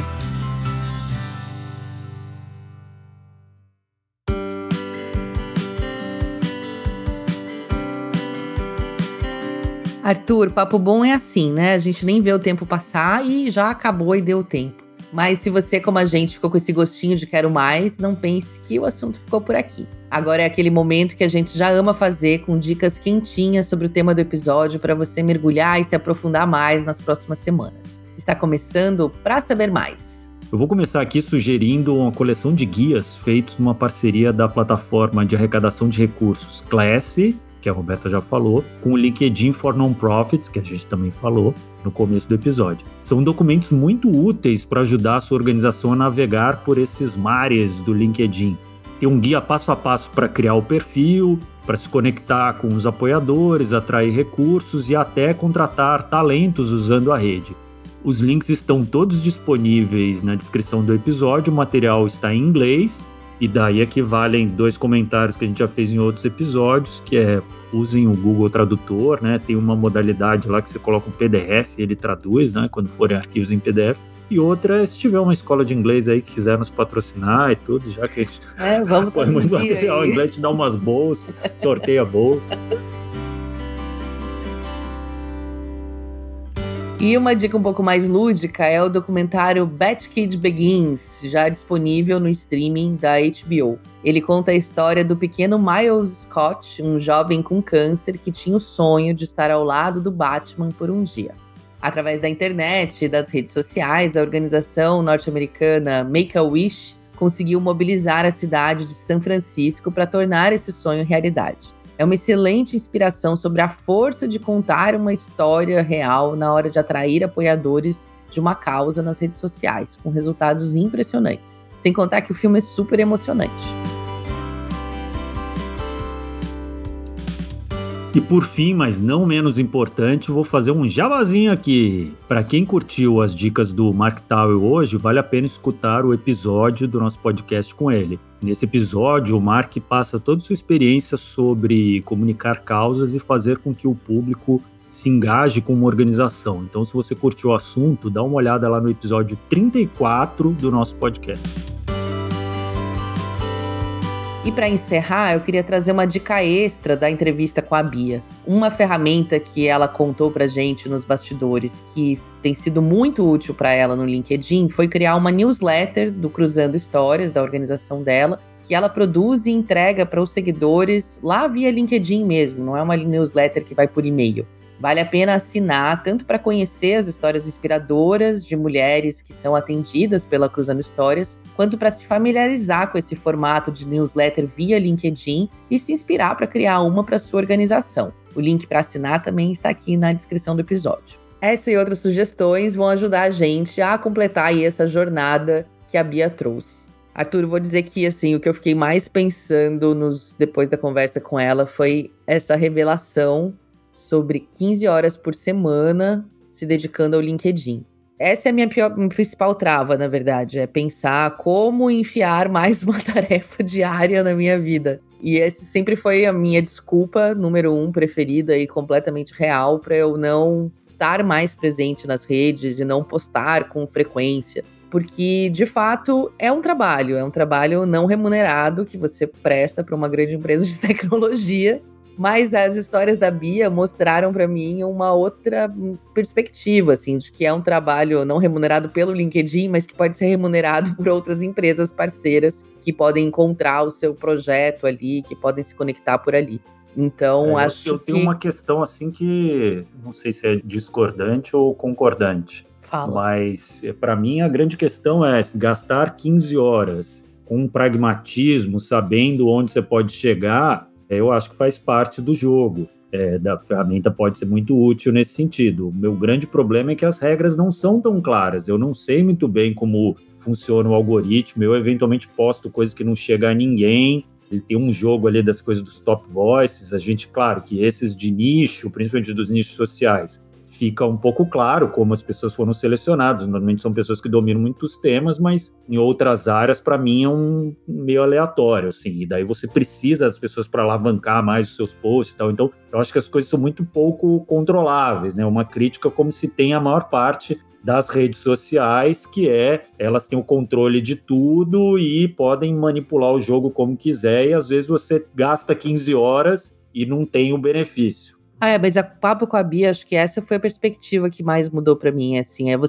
Arthur, papo bom é assim, né? A gente nem vê o tempo passar e já acabou e deu tempo. Mas se você, como a gente, ficou com esse gostinho de quero mais, não pense que o assunto ficou por aqui. Agora é aquele momento que a gente já ama fazer, com dicas quentinhas sobre o tema do episódio para você mergulhar e se aprofundar mais nas próximas semanas. Está começando Pra Saber Mais. Eu vou começar aqui sugerindo uma coleção de guias feitos numa parceria da plataforma de arrecadação de recursos Classy, que a Roberta já falou, com o LinkedIn for Non-Profits, que a gente também falou no começo do episódio. São documentos muito úteis para ajudar a sua organização a navegar por esses mares do LinkedIn. Tem um guia passo a passo para criar o perfil, para se conectar com os apoiadores, atrair recursos e até contratar talentos usando a rede. Os links estão todos disponíveis na descrição do episódio, o material está em inglês, e daí equivalem 2 comentários que a gente já fez em outros episódios, que é usem o Google Tradutor, né? Tem uma modalidade lá que você coloca um PDF e ele traduz, né? Quando forem arquivos em PDF. E outra é se tiver uma escola de inglês aí que quiser nos patrocinar e tudo, já que a gente vamos põe muito material em inglês, te dá umas bolsas, sorteia a bolsa. E uma dica um pouco mais lúdica é o documentário Bat Kid Begins, já disponível no streaming da HBO. Ele conta a história do pequeno Miles Scott, um jovem com câncer que tinha o sonho de estar ao lado do Batman por um dia. Através da internet e das redes sociais, a organização norte-americana Make-A-Wish conseguiu mobilizar a cidade de São Francisco para tornar esse sonho realidade. É uma excelente inspiração sobre a força de contar uma história real na hora de atrair apoiadores de uma causa nas redes sociais, com resultados impressionantes. Sem contar que o filme é super emocionante. E por fim, mas não menos importante, vou fazer um jabazinho aqui. Para quem curtiu as dicas do Mark Towell hoje, vale a pena escutar o episódio do nosso podcast com ele. Nesse episódio, o Mark passa toda a sua experiência sobre comunicar causas e fazer com que o público se engaje com uma organização. Então, se você curtiu o assunto, dá uma olhada lá no episódio 34 do nosso podcast. E para encerrar, eu queria trazer uma dica extra da entrevista com a Bia. Uma ferramenta que ela contou pra gente nos bastidores, que tem sido muito útil para ela no LinkedIn, foi criar uma newsletter do Cruzando Histórias, da organização dela, que ela produz e entrega para os seguidores lá via LinkedIn mesmo, não é uma newsletter que vai por e-mail. Vale a pena assinar, tanto para conhecer as histórias inspiradoras de mulheres que são atendidas pela Cruzando Histórias, quanto para se familiarizar com esse formato de newsletter via LinkedIn e se inspirar para criar uma para sua organização. O link para assinar também está aqui na descrição do episódio. Essa e outras sugestões vão ajudar a gente a completar aí essa jornada que a Bia trouxe. Arthur, eu vou dizer que assim, o que eu fiquei mais pensando depois da conversa com ela foi essa revelação sobre 15 horas por semana se dedicando ao LinkedIn. Essa é a minha principal trava, na verdade, é pensar como enfiar mais uma tarefa diária na minha vida. E essa sempre foi a minha desculpa número 1 preferida e completamente real para eu não estar mais presente nas redes e não postar com frequência. Porque, de fato, é um trabalho não remunerado que você presta para uma grande empresa de tecnologia. Mas as histórias da Bia mostraram para mim uma outra perspectiva, assim, de que é um trabalho não remunerado pelo LinkedIn, mas que pode ser remunerado por outras empresas parceiras que podem encontrar o seu projeto ali, que podem se conectar por ali. Então, acho que... Eu tenho uma questão, assim, que não sei se é discordante ou concordante. Fala. Mas, para mim, a grande questão é gastar 15 horas com um pragmatismo, sabendo onde você pode chegar. Eu acho que faz parte do jogo. Da ferramenta pode ser muito útil nesse sentido. O meu grande problema é que as regras não são tão claras. Eu não sei muito bem como funciona o algoritmo. Eu, eventualmente, posto coisas que não chegam a ninguém. Ele tem um jogo ali das coisas dos top voices. A gente, claro, que esses de nicho, principalmente dos nichos sociais, fica um pouco claro como as pessoas foram selecionadas. Normalmente são pessoas que dominam muitos temas, mas em outras áreas, para mim, é um meio aleatório, assim. E daí você precisa das pessoas para alavancar mais os seus posts e tal. Então, eu acho que as coisas são muito pouco controláveis, né? Uma crítica como se tem a maior parte das redes sociais, que elas têm o controle de tudo e podem manipular o jogo como quiser, e às vezes você gasta 15 horas e não tem o benefício. Mas o papo com a Bia, acho que essa foi a perspectiva que mais mudou pra mim, assim, é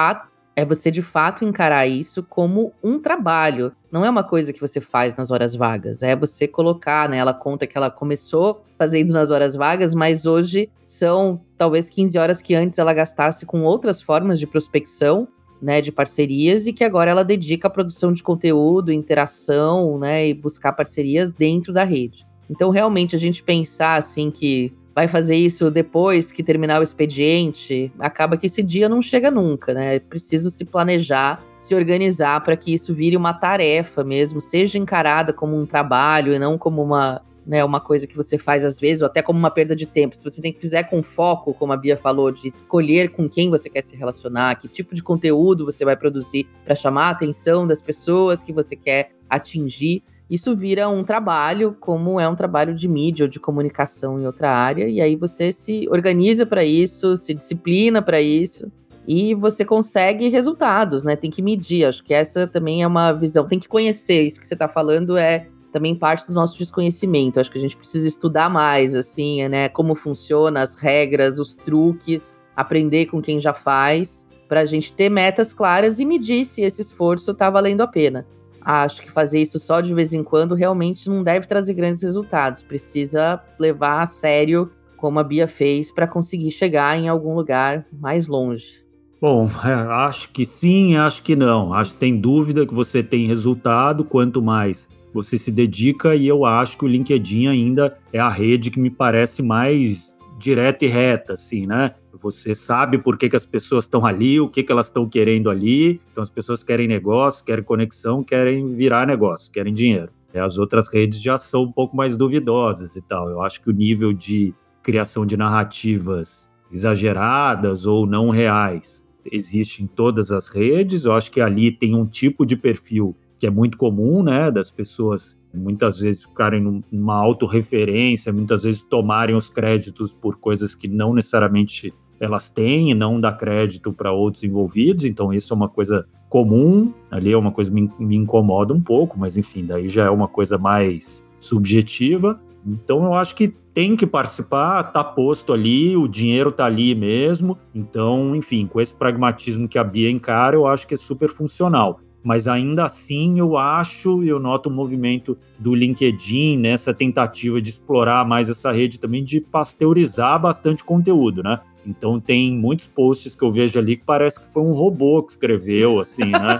você de fato encarar isso como um trabalho. Não é uma coisa que você faz nas horas vagas, é você colocar, né? Ela conta que ela começou fazendo nas horas vagas, mas hoje são talvez 15 horas que antes ela gastasse com outras formas de prospecção, né, de parcerias, e que agora ela dedica à produção de conteúdo, interação, né, e buscar parcerias dentro da rede. Então, realmente, a gente pensar, assim, que vai fazer isso depois que terminar o expediente, acaba que esse dia não chega nunca, né? É preciso se planejar, se organizar para que isso vire uma tarefa mesmo, seja encarada como um trabalho e não como uma coisa que você faz às vezes, ou até como uma perda de tempo. Se você fizer com foco, como a Bia falou, de escolher com quem você quer se relacionar, que tipo de conteúdo você vai produzir para chamar a atenção das pessoas que você quer atingir, isso vira um trabalho, como é um trabalho de mídia ou de comunicação em outra área, e aí você se organiza para isso, se disciplina para isso, e você consegue resultados, né? Tem que medir, acho que essa também é uma visão, tem que conhecer, isso que você está falando é também parte do nosso desconhecimento, acho que a gente precisa estudar mais, assim, né? Como funciona, as regras, os truques, aprender com quem já faz, para a gente ter metas claras e medir se esse esforço está valendo a pena. Acho que fazer isso só de vez em quando realmente não deve trazer grandes resultados. Precisa levar a sério, como a Bia fez, para conseguir chegar em algum lugar mais longe. Bom, acho que sim, acho que não. Acho que tem dúvida que você tem resultado, quanto mais você se dedica, e eu acho que o LinkedIn ainda é a rede que me parece mais direta e reta, assim, né? Você sabe por que as pessoas estão ali, o que elas estão querendo ali. Então as pessoas querem negócio, querem conexão, querem virar negócio, querem dinheiro. As outras redes já são um pouco mais duvidosas e tal. Eu acho que o nível de criação de narrativas exageradas ou não reais existe em todas as redes. Eu acho que ali tem um tipo de perfil que é muito comum, né, das pessoas muitas vezes ficarem numa autorreferência, muitas vezes tomarem os créditos por coisas que não necessariamente elas têm e não dá crédito para outros envolvidos. Então isso é uma coisa comum, ali é uma coisa que me incomoda um pouco, mas enfim, daí já é uma coisa mais subjetiva. Então eu acho que tem que participar, tá posto ali, o dinheiro tá ali mesmo. Então, enfim, com esse pragmatismo que a Bia encara, eu acho que é super funcional. Mas ainda assim eu noto um movimento do LinkedIn nessa tentativa de explorar mais essa rede também, de pasteurizar bastante conteúdo, né? Então tem muitos posts que eu vejo ali que parece que foi um robô que escreveu, assim, né?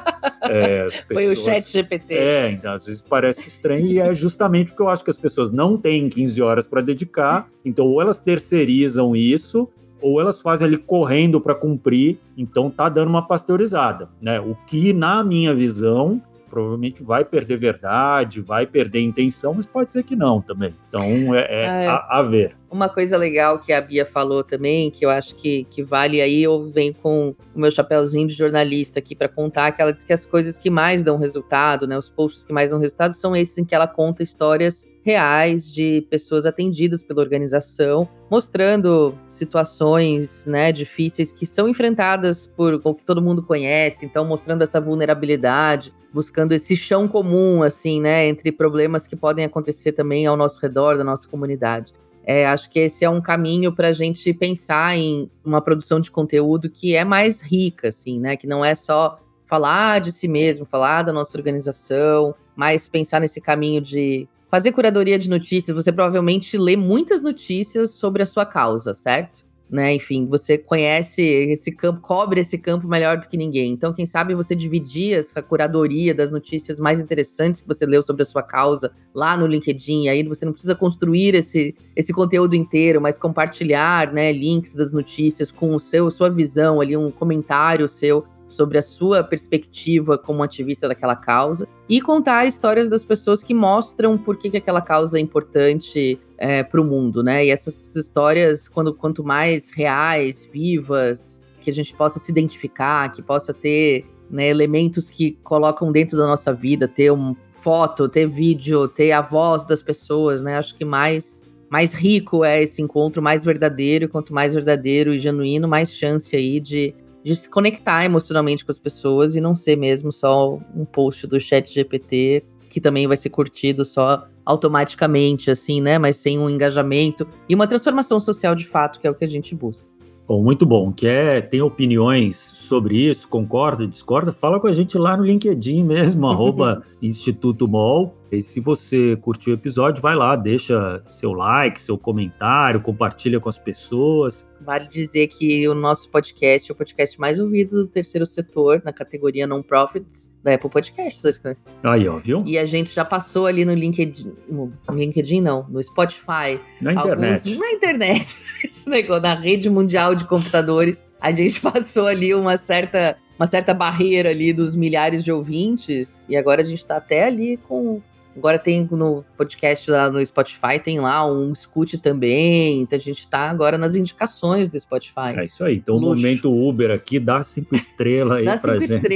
Foi o ChatGPT. Então às vezes parece estranho, e é justamente porque eu acho que as pessoas não têm 15 horas para dedicar, então ou elas terceirizam isso, ou elas fazem ali correndo para cumprir, então tá dando uma pasteurizada, né? O que, na minha visão, provavelmente vai perder verdade, vai perder intenção, mas pode ser que não também. Então a ver. Uma coisa legal que a Bia falou também, que eu acho que vale aí, eu venho com o meu chapéuzinho de jornalista aqui para contar, que ela diz que as coisas que mais dão resultado, né, os posts que mais dão resultado são esses em que ela conta histórias reais de pessoas atendidas pela organização, mostrando situações, né, difíceis que são enfrentadas por o que todo mundo conhece, então mostrando essa vulnerabilidade, buscando esse chão comum, assim, né, entre problemas que podem acontecer também ao nosso redor, da nossa comunidade. Acho que esse é um caminho para a gente pensar em uma produção de conteúdo que é mais rica, assim, né, que não é só falar de si mesmo, falar da nossa organização, mas pensar nesse caminho de fazer curadoria de notícias. Você provavelmente lê muitas notícias sobre a sua causa, certo? Né? Enfim, você conhece esse campo, cobre esse campo melhor do que ninguém. Então, quem sabe você dividir essa curadoria das notícias mais interessantes que você leu sobre a sua causa lá no LinkedIn. E aí você não precisa construir esse conteúdo inteiro, mas compartilhar, né, links das notícias com sua visão ali, um comentário seu sobre a sua perspectiva como ativista daquela causa, e contar histórias das pessoas que mostram por que aquela causa é importante para o mundo, né? E essas histórias, quanto mais reais, vivas, que a gente possa se identificar, que possa ter, né, elementos que colocam dentro da nossa vida, ter uma foto, ter vídeo, ter a voz das pessoas, né? Acho que mais rico é esse encontro, mais verdadeiro, e quanto mais verdadeiro e genuíno, mais chance aí de se conectar emocionalmente com as pessoas e não ser mesmo só um post do ChatGPT que também vai ser curtido só automaticamente, assim, né? Mas sem um engajamento e uma transformação social de fato, que é o que a gente busca. Bom, muito bom. Tem opiniões sobre isso? Concorda, discorda? Fala com a gente lá no LinkedIn mesmo, @Instituto MOL. E se você curtiu o episódio, vai lá, deixa seu like, seu comentário, compartilha com as pessoas. Vale dizer que o nosso podcast é o podcast mais ouvido do terceiro setor, na categoria Non-Profits, da Apple Podcasts. Aí, ó, viu? E a gente já passou ali no LinkedIn não, no Spotify. Na internet. Na internet, esse negócio, na rede mundial de computadores. A gente passou ali uma certa barreira ali dos milhares de ouvintes, e agora a gente tá até ali com... Agora tem no podcast lá no Spotify, tem lá um escute também. Então a gente tá agora nas indicações do Spotify. É isso aí. Então o momento Uber aqui, dá 5 estrelas aí pra gente. Dá 5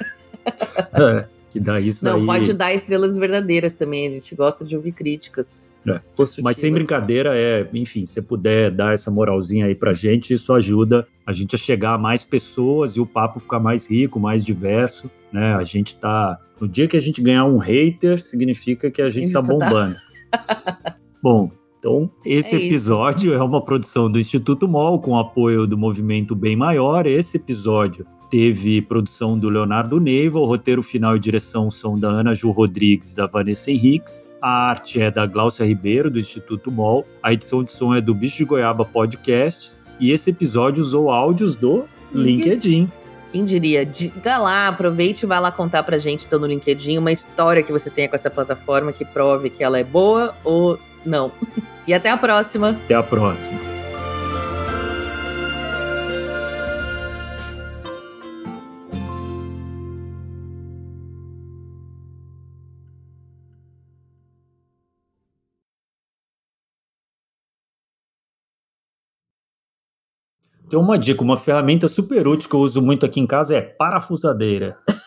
estrelas. Que dá isso aí. Não, pode dar estrelas verdadeiras também. A gente gosta de ouvir críticas. Mas sem brincadeira, enfim, se puder dar essa moralzinha aí pra gente, isso ajuda a gente a chegar a mais pessoas e o papo ficar mais rico, mais diverso, né? A gente tá... No dia que a gente ganhar um hater, significa que a gente tá bombando. Bom, Então, esse episódio é uma produção do Instituto MOL, com apoio do Movimento Bem Maior. Esse episódio teve produção do Leonardo Neiva, o roteiro final e direção são da Ana Ju Rodrigues e da Vanessa Henriques. A arte é da Gláucia Ribeiro, do Instituto MOL. A edição de som é do Bicho de Goiaba Podcasts. E esse episódio usou áudios do LinkedIn. Quem diria? Diga lá, aproveite e vá lá contar pra gente, no LinkedIn, uma história que você tenha com essa plataforma que prove que ela é boa ou não. E até a próxima. Até a próxima. Tem uma dica, uma ferramenta super útil que eu uso muito aqui em casa é parafusadeira.